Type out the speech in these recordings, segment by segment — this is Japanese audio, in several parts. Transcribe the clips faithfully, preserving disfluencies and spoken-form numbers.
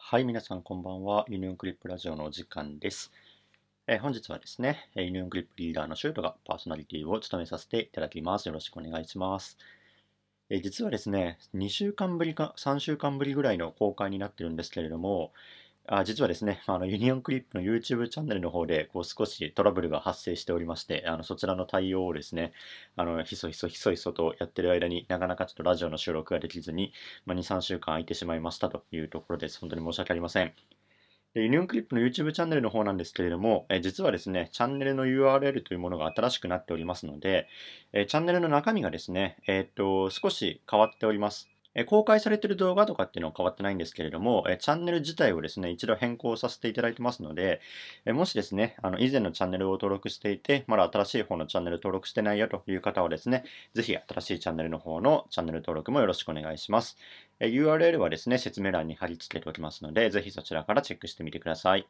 はい、皆さんこんばんは。ユニオンクリップラジオのお時間です。えー本日はですね、えーユニオンクリップリーダーのシュートがパーソナリティを務めさせていただきます。よろしくお願いします。えー実はですね、にしゅうかんぶりかさんしゅうかんぶりぐらいの公開になってるんですけれども、あ、実はですね、あのユニオンクリップの YouTube チャンネルの方でこう少しトラブルが発生しておりまして、あのそちらの対応をですね、あのひそひそひそひそとやってる間になかなかちょっとラジオの収録ができずに、まあ、に、さんしゅうかん空いてしまいましたというところです。本当に申し訳ありません。で、ユニオンクリップの YouTube チャンネルの方なんですけれども、え実はですね、チャンネルの ユーアールエル というものが新しくなっておりますので、えチャンネルの中身がですね、えーっと、少し変わっております。え公開されている動画とかっていうのは変わってないんですけれども、えチャンネル自体をですね、一度変更させていただいてますので、えもしですね、あの以前のチャンネルを登録していて、まだ新しい方のチャンネル登録してないよという方はですね、ぜひ新しいチャンネルの方のチャンネル登録もよろしくお願いします。え ユーアールエル はですね、説明欄に貼り付けておきますので、ぜひそちらからチェックしてみてください。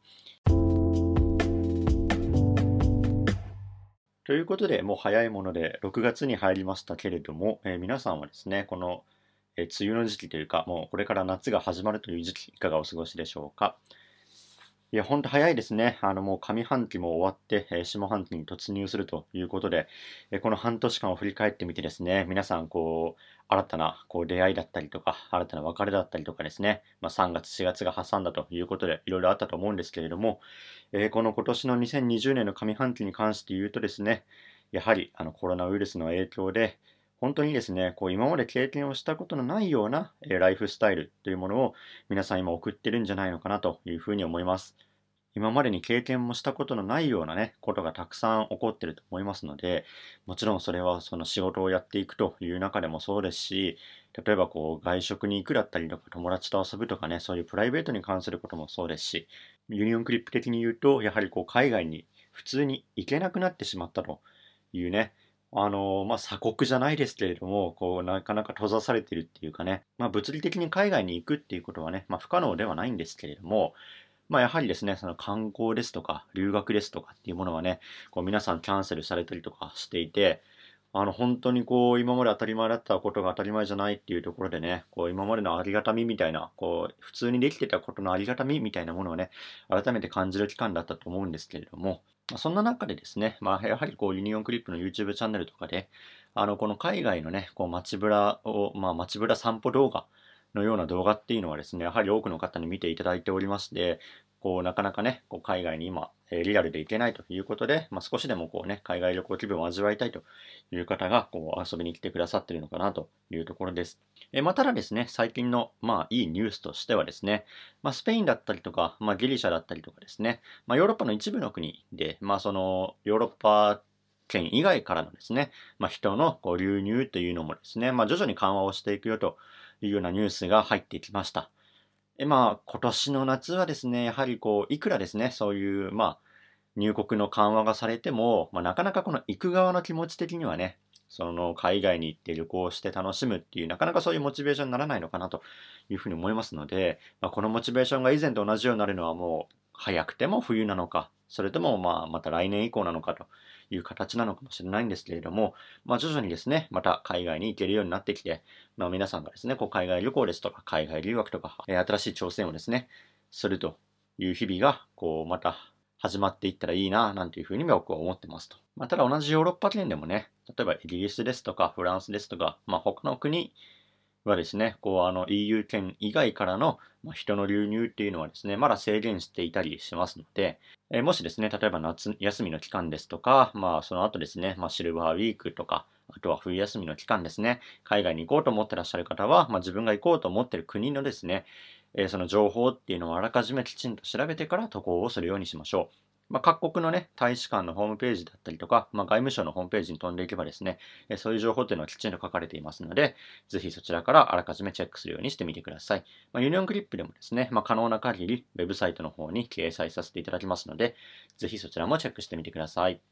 ということで、もう早いものでろくがつに入りましたけれども、えー皆さんはですね、この、えー梅雨の時期というか、もうこれから夏が始まるという時期、いかがお過ごしでしょうか。いや、ほんと早いですね。あの、もう上半期も終わって、えー下半期に突入するということで、えーこの半年間を振り返ってみてですね、皆さん、こう、新たなこう出会いだったりとか、新たな別れだったりとかですね、まあ、さんがつ、しがつが挟んだということで、いろいろあったと思うんですけれども、えーこの今年のにせんにじゅうねんの上半期に関して言うとですね、やはりあのコロナウイルスの影響で、本当にですね、こう今まで経験をしたことのないような、えーライフスタイルというものを皆さん今送ってるんじゃないのかなというふうに思います。今までに経験もしたことのないようなね、ことがたくさん起こってると思いますので、もちろんそれはその仕事をやっていくという中でもそうですし、例えばこう外食に行くだったりとか友達と遊ぶとかね、そういうプライベートに関することもそうですし、ユニオンクリップ的に言うと、やはりこう海外に普通に行けなくなってしまったというね、あのまあ、鎖国じゃないですけれども、こう、なかなか閉ざされてるっていうかね、まあ、物理的に海外に行くっていうことはね、まあ、不可能ではないんですけれども、まあ、やはりですね、その観光ですとか、留学ですとかっていうものはね、こう皆さんキャンセルされたりとかしていて、あの、本当にこう、今まで当たり前だったことが当たり前じゃないっていうところでね、こう、今までのありがたみみたいな、こう、普通にできてたことのありがたみみたいなものをね、改めて感じる期間だったと思うんですけれども、まあ、そんな中でですね、まあ、やはりこう、ユニオンクリップの YouTube チャンネルとかで、あの、この海外のね、こう、街ぶらを、まあ、街ぶら散歩動画のような動画っていうのはですね、やはり多くの方に見ていただいておりまして、こう、なかなかね、こう海外に今、えーリアルで行けないということで、まあ、少しでもこうね、海外旅行気分を味わいたいという方が、こう、遊びに来てくださっているのかなというところです。えーまあ、ただですね、最近の、まあ、いいニュースとしてはですね、まあ、スペインだったりとか、まあ、ギリシャだったりとかですね、まあ、ヨーロッパの一部の国で、まあ、その、ヨーロッパ圏以外からのですね、まあ、人のこう流入というのもですね、まあ、徐々に緩和をしていくよというようなニュースが入ってきました。え、まあ、今年の夏はですね、やはりこう、いくらですね、そういう、まあ、入国の緩和がされても、まあ、なかなかこの行く側の気持ち的にはね、その海外に行って旅行して楽しむっていう、なかなかそういうモチベーションにならないのかなというふうに思いますので、まあ、このモチベーションが以前と同じようになるのはもう早くても冬なのか、それともまあまた来年以降なのかという形なのかもしれないんですけれども、まあ徐々にですね、また海外に行けるようになってきて、まあ皆さんがですね、こう海外旅行ですとか海外留学とか、えー新しい挑戦をですね、するという日々が、こうまた始まっていったらいいな、なんていうふうに僕は思ってますと。まあ、ただ同じヨーロッパ圏でもね、例えばイギリスですとかフランスですとか、まあ、他の国はですね、こうあの イーユー 圏以外からのまあ人の流入っていうのはですね、まだ制限していたりしますので、えーもしですね、例えば夏休みの期間ですとか、まあその後ですね、まあシルバーウィークとか、あとは冬休みの期間ですね、海外に行こうと思ってらっしゃる方は、まあ自分が行こうと思っている国のですね、えーその情報っていうのをあらかじめきちんと調べてから渡航をするようにしましょう。まあ、各国のね、大使館のホームページだったりとか、まあ、外務省のホームページに飛んでいけばですね、えーそういう情報っていうのはきちんと書かれていますので、ぜひそちらからあらかじめチェックするようにしてみてください。まあ、ユニオンクリップでもですね、まあ、可能な限りウェブサイトの方に掲載させていただきますので、ぜひそちらもチェックしてみてください。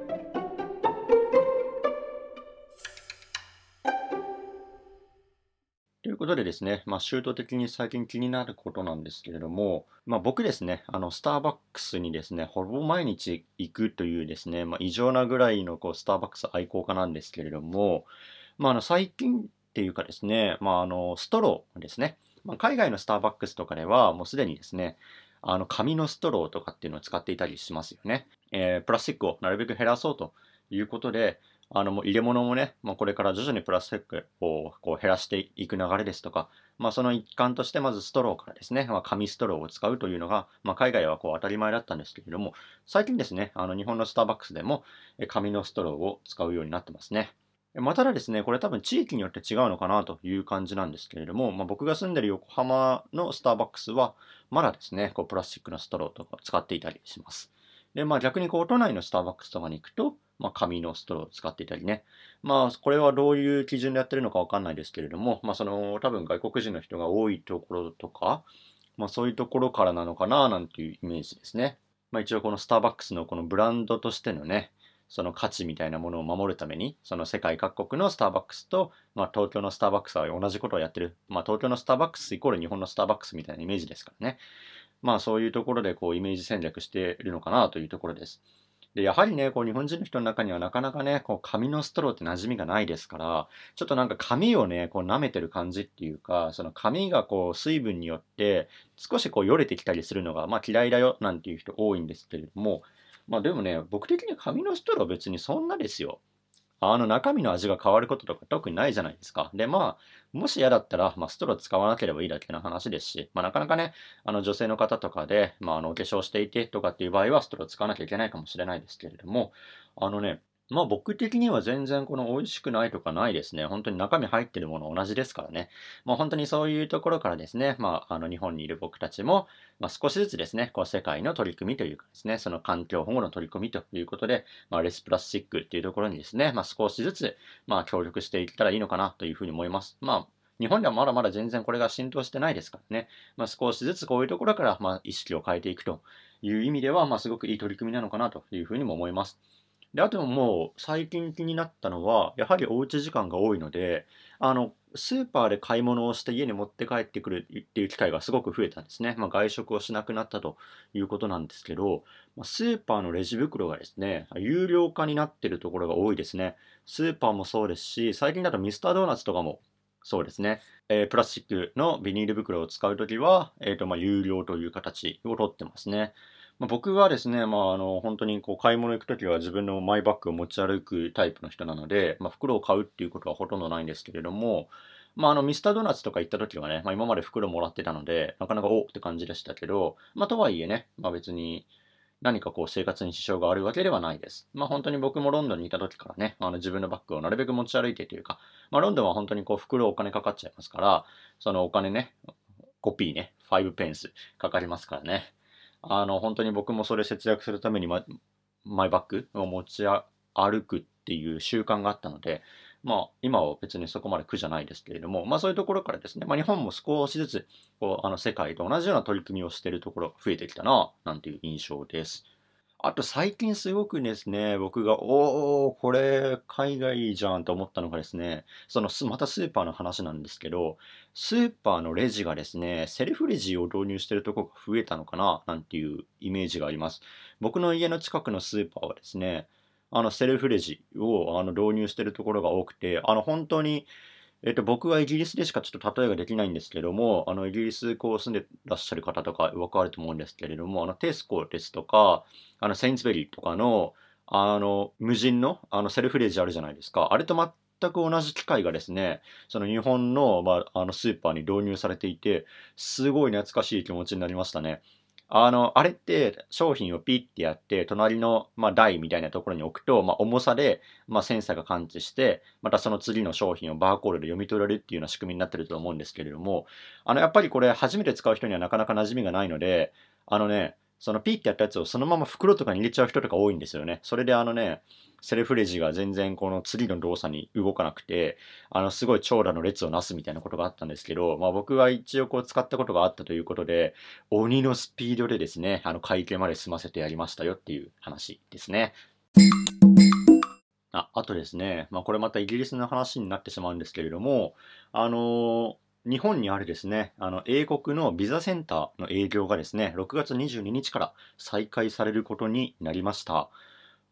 ということでですね、まあ、シュート的に最近気になることなんですけれども、まあ、僕ですね、あの、スターバックスにですね、ほぼ毎日行くというですね、まあ、異常なぐらいのこうスターバックス愛好家なんですけれども、まあ、あの、最近っていうかですね、まあ、あの、ストローですね。 まあ、海外のスターバックスとかではもうすでにですね、あの紙のストローとかっていうのを使っていたりしますよね。えープラスチックをなるべく減らそうということで、あのもう入れ物もね、まあ、これから徐々にプラスチックをこう減らしていく流れですとか、まあ、その一環としてまずストローからですね、まあ、紙ストローを使うというのが、まあ、海外はこう当たり前だったんですけれども、最近ですね、あの日本のスターバックスでもえ紙のストローを使うようになってますね。まあ、ただですね、これ多分地域によって違うのかなという感じなんですけれども、まあ、僕が住んでる横浜のスターバックスは、まだですね、こうプラスチックのストローとかを使っていたりします。で、まあ逆にこう都内のスターバックスとかに行くと、まあ紙のストローを使っていたりね。まあこれはどういう基準でやってるのかわかんないですけれども、まあその多分外国人の人が多いところとか、まあそういうところからなのかななんていうイメージですね。まあ一応このスターバックスのこのブランドとしてのね、その価値みたいなものを守るために、その世界各国のスターバックスと、まあ、東京のスターバックスは同じことをやってる。まあ、東京のスターバックスイコール日本のスターバックスみたいなイメージですからね。まあ、そういうところでこうイメージ戦略しているのかなというところです。で、やはりね、こう日本人の人の中にはなかなかね、こう紙のストローって馴染みがないですから、ちょっとなんか紙をね、こう舐めてる感じっていうか、その紙がこう水分によって少しこうよれてきたりするのが、まあ嫌いだよなんていう人多いんですけれども、まあでもね、僕的には紙のストロー別にそんなですよ。あの中身の味が変わることとか特にないじゃないですか。で、まあ、もし嫌だったら、まあ、ストロー使わなければいいだけの話ですし、まあ、なかなかね、あの女性の方とかで、まあ、あのお化粧していてとかっていう場合は、ストロー使わなきゃいけないかもしれないですけれども、あのね、まあ僕的には全然この美味しくないとかないですね。本当に中身入ってるもの同じですからね。もう本当にそういうところからですね、まああの日本にいる僕たちも、まあ少しずつですね、こう世界の取り組みというかですね、その環境保護の取り組みということで、まあレスプラスチックっていうところにですね、まあ少しずつ、まあ協力していけたらいいのかなというふうに思います。まあ日本ではまだまだ全然これが浸透してないですからね。まあ少しずつこういうところから、まあ意識を変えていくという意味では、まあすごくいい取り組みなのかなというふうにも思います。で、あともう最近気になったのは、やはりおうち時間が多いので、あの、スーパーで買い物をして家に持って帰ってくるっていう機会がすごく増えたんですね。まあ、外食をしなくなったということなんですけど、まあスーパーのレジ袋がですね、有料化になっているところが多いですね。スーパーもそうですし、最近だとミスタードーナツとかもそうですね。えープラスチックのビニール袋を使うときは、えっと、まあ、有料という形をとってますね。まあ、僕はですね、まあ、あの、本当にこう買い物行くときは自分のマイバッグを持ち歩くタイプの人なので、まあ、袋を買うっていうことはほとんどないんですけれども、まあ、あの、ミスタードーナツとか行ったときはね、まあ、今まで袋もらってたので、なかなかおって感じでしたけど、まあ、とはいえね、まあ、別に何かこう生活に支障があるわけではないです。まあ、本当に僕もロンドンにいた時からね、あの自分のバッグをなるべく持ち歩いてというか、まあ、ロンドンは本当にこう袋お金かかっちゃいますから、そのお金ね、ごピーね、ごペンスかかりますからね。あの、本当に僕もそれ節約するためにママイバッグを持ち歩くっていう習慣があったので、まあ、今は別にそこまで苦じゃないですけれども、まあそういうところからですね、まあ日本も少しずつ、こう、あの世界と同じような取り組みをしているところが増えてきたな、なんていう印象です。あと最近すごくですね、僕が、おー、これ海外じゃんと思ったのがですね、そのす、またスーパーの話なんですけど、スーパーのレジがですね、セルフレジを導入しているところが増えたのかな、なんていうイメージがあります。僕の家の近くのスーパーはですね、あのセルフレジをあの導入しているところが多くて、あの本当にえっと、僕はイギリスでしかちょっと例えができないんですけども、あの、イギリスこう住んでらっしゃる方とかわかると思うんですけれども、あの、テスコですとか、あの、セインツベリーとかの、あの、無人の、あの、セルフレジあるじゃないですか。あれと全く同じ機械がですね、その日本の、まあ、あの、スーパーに導入されていて、すごい懐かしい気持ちになりましたね。あの、あれって商品をピッてやって、隣の、まあ、台みたいなところに置くと、まあ、重さで、まあ、センサーが感知して、またその次の商品をバーコードで読み取られるっていうような仕組みになってると思うんですけれども、あの、やっぱりこれ初めて使う人にはなかなか馴染みがないので、あのね、そのピッてやったやつをそのまま袋とかに入れちゃう人とか多いんですよね。それであのね、セルフレジが全然この次の動作に動かなくて、あの、すごい長蛇の列をなすみたいなことがあったんですけど、まあ僕は一応こう使ったことがあったということで、鬼のスピードでですね、あの会計まで済ませてやりましたよっていう話ですね。あ、あとですね、まあこれまたイギリスの話になってしまうんですけれども、あのー日本にあるですね、あの、英国のビザセンターの営業がですね、ろくがつにじゅうににちから再開されることになりました。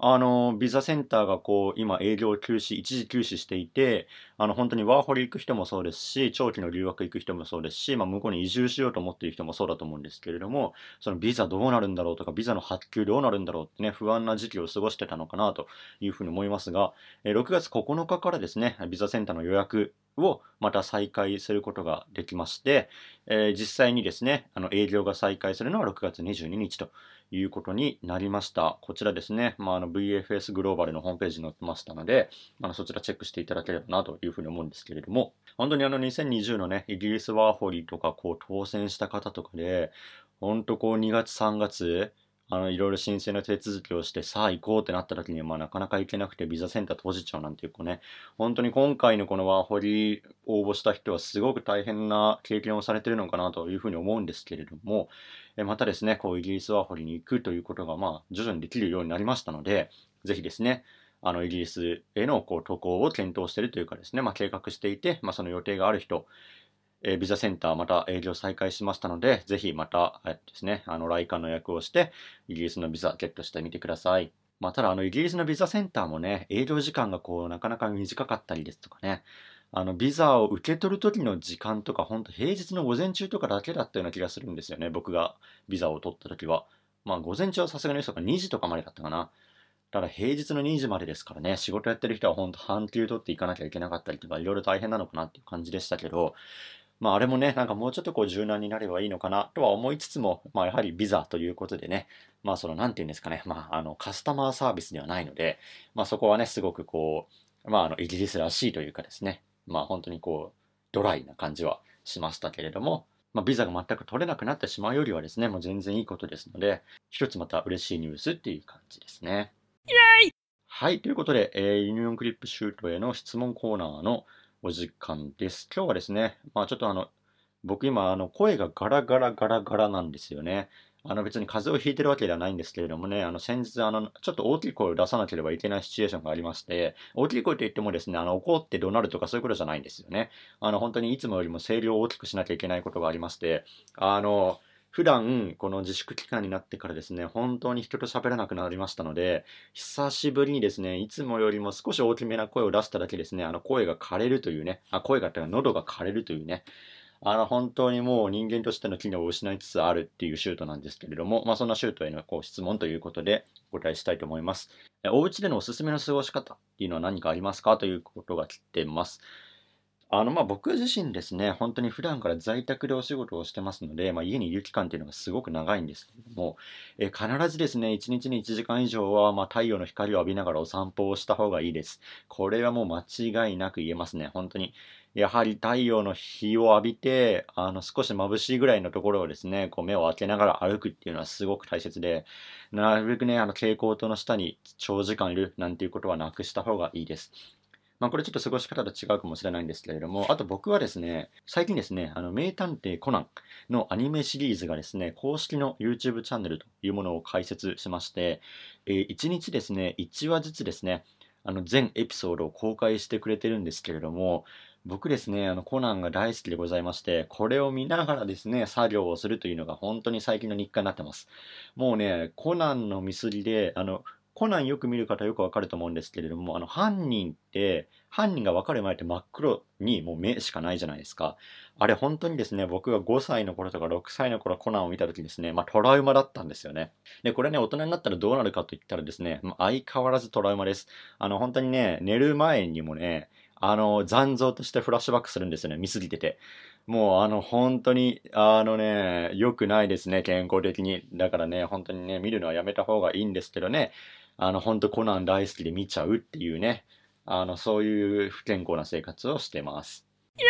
あの、ビザセンターがこう、今営業休止、一時休止していて、あの、本当にワーホリ行く人もそうですし、長期の留学行く人もそうですし、まあ、向こうに移住しようと思っている人もそうだと思うんですけれども、そのビザどうなるんだろうとか、ビザの発給どうなるんだろうってね、不安な時期を過ごしてたのかなというふうに思いますが、えーろくがつここのかかからですね、ビザセンターの予約をまた再開することができまして、えー実際にですね、あの営業が再開するのはろくがつにじゅうににちということになりました。こちらですね、まあ、あの ブイエフエス グローバルのホームページに載ってましたので、あのそちらチェックしていただければなというふうに思うんですけれども、本当にあのにせんにじゅうのね、イギリスワーホリとかこう当選した方とかで、本当こうにがつさんがつ、あのいろいろ申請の手続きをして、さあ行こうってなった時には、まあ、なかなか行けなくてビザセンター閉じちゃうなんていうこうね、本当に今回のこのワーホリ応募した人はすごく大変な経験をされているのかなというふうに思うんですけれども、えまたですね、こうイギリスワーホリに行くということが、まあ、徐々にできるようになりましたので、ぜひですね、あのイギリスへのこう渡航を検討しているというかですね、まあ、計画していて、まあ、その予定がある人、えービザセンターまた営業再開しましたので、ぜひまた、えーですね、あの来館の予約をして、イギリスのビザゲットしてみてください。まあ、ただ、あの、イギリスのビザセンターもね、営業時間がこう、なかなか短かったりですとかね、あの、ビザを受け取る時の時間とか、ほんと平日の午前中とかだけだったような気がするんですよね、僕がビザを取った時は。まあ、午前中はさすがに嘘かにじとかまでだったかな。ただ平日のにじまでですからね、仕事やってる人は本当半休取っていかなきゃいけなかったりとか、いろいろ大変なのかなっていう感じでしたけど、まああれもね、なんかもうちょっとこう柔軟になればいいのかなとは思いつつも、まあやはりビザということでね、まあそのなんていうんですかね、まああのカスタマーサービスではないので、まあそこはね、すごくこう、まああのイギリスらしいというかですね、まあ本当にこう、ドライな感じはしましたけれども、まあビザが全く取れなくなってしまうよりはですね、もう全然いいことですので、一つまた嬉しいニュースっていう感じですね。はい。ということで、えーユニオンクリップシュートへの質問コーナーのお時間です。今日はですね、まあちょっとあの、僕今、あの、声がガラガラガラガラなんですよね。あの別に風邪をひいてるわけではないんですけれどもね、あの先日、あの、ちょっと大きい声を出さなければいけないシチュエーションがありまして、大きい声といってもですね、あの、怒って怒鳴るとかそういうことじゃないんですよね。あの、本当にいつもよりも声量を大きくしなきゃいけないことがありまして、あの、普段、この自粛期間になってからですね、本当に人と喋らなくなりましたので、久しぶりにですね、いつもよりも少し大きめな声を出しただけですね、あの声が枯れるというね、あ、声がっていうか喉が枯れるというね、あの本当にもう人間としての機能を失いつつあるっていうシュートなんですけれども、まあそんなシュートへのこう質問ということでお答えしたいと思います。えお家でのおすすめの過ごし方っていうのは何かありますかということが来てます。あの、まあ、僕自身ですね、本当に普段から在宅でお仕事をしてますので、まあ、家にいる期間っていうのがすごく長いんですけれども、えー必ずですね、いちにちにいちじかん以上は、まあ、太陽の光を浴びながらお散歩をした方がいいです。これはもう間違いなく言えますね、本当に。やはり太陽の日を浴びて、あの、少し眩しいぐらいのところをですね、こう目を開けながら歩くっていうのはすごく大切で、なるべくね、あの、蛍光灯の下に長時間いるなんていうことはなくした方がいいです。まあ、これちょっと過ごし方と違うかもしれないんですけれども、あと僕はですね、最近ですね、あの、名探偵コナンのアニメシリーズがですね、公式の YouTube チャンネルというものを開設しまして、えー、いちにちですね、いちわずつですね、あの、全エピソードを公開してくれてるんですけれども、僕ですね、あの、コナンが大好きでございまして、これを見ながらですね、作業をするというのが本当に最近の日課になってます。もうね、コナンのミスリで、あの、コナンよく見る方はよくわかると思うんですけれども、あの、犯人って、犯人がわかる前って真っ黒にもう目しかないじゃないですか。あれ本当にですね、僕がごさいの頃とかろくさいの頃コナンを見た時ですね、まあトラウマだったんですよね。で、これね、大人になったらどうなるかと言ったらですね、まあ、相変わらずトラウマです。あの、本当にね、寝る前にもね、あの、残像としてフラッシュバックするんですよね、見すぎてて。もう、あの、本当に、あのね、良くないですね、健康的に。だからね、本当にね、見るのはやめた方がいいんですけどね、あの、本当コナン大好きで見ちゃうっていうね、あの、そういう不健康な生活をしてます。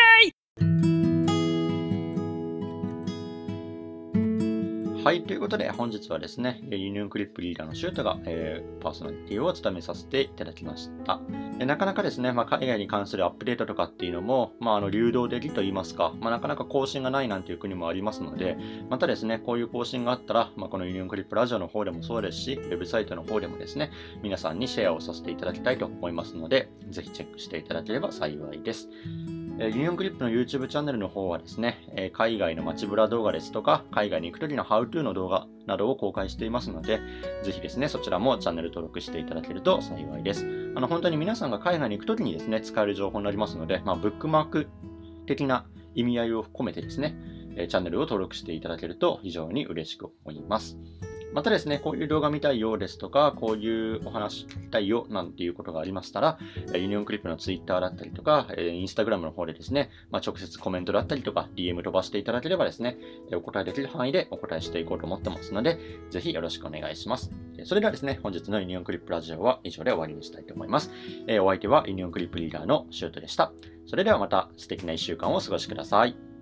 はい、ということで本日はですね、ユニオンクリップリーダーのシュートが、えーパーソナリティを務めさせていただきました。えなかなかですね、まあ、海外に関するアップデートとかっていうのも、まあ、あの流動的といいますか、まあ、なかなか更新がないなんていう国もありますので、またですね、こういう更新があったら、まあ、このユニオンクリップラジオの方でもそうですし、ウェブサイトの方でもですね、皆さんにシェアをさせていただきたいと思いますので、ぜひチェックしていただければ幸いです。 えー、ユニオンクリップの YouTube チャンネルの方はですね、えー、海外の街ブラ動画ですとか、海外に行く時の How to の動画などを公開していますので、ぜひですね、そちらもチャンネル登録していただけると幸いです。あの、本当に皆さんが海外に行く時にですね、使える情報になりますので、まあ、ブックマーク的な意味合いを込めてですね、えー、チャンネルを登録していただけると非常に嬉しく思います。またですね、こういう動画見たいようですとか、こういうお話聞きたいよなんていうことがありましたら、ユニオンクリップの Twitter だったりとか、Instagram の方でですね、まあ、直接コメントだったりとか、ディーエム 飛ばしていただければですね、お答えできる範囲でお答えしていこうと思ってますので、ぜひよろしくお願いします。それではですね、本日のユニオンクリップラジオは以上で終わりにしたいと思います。お相手はユニオンクリップリーダーのシュートでした。それではまた素敵ないっしゅうかんをお過ごしください。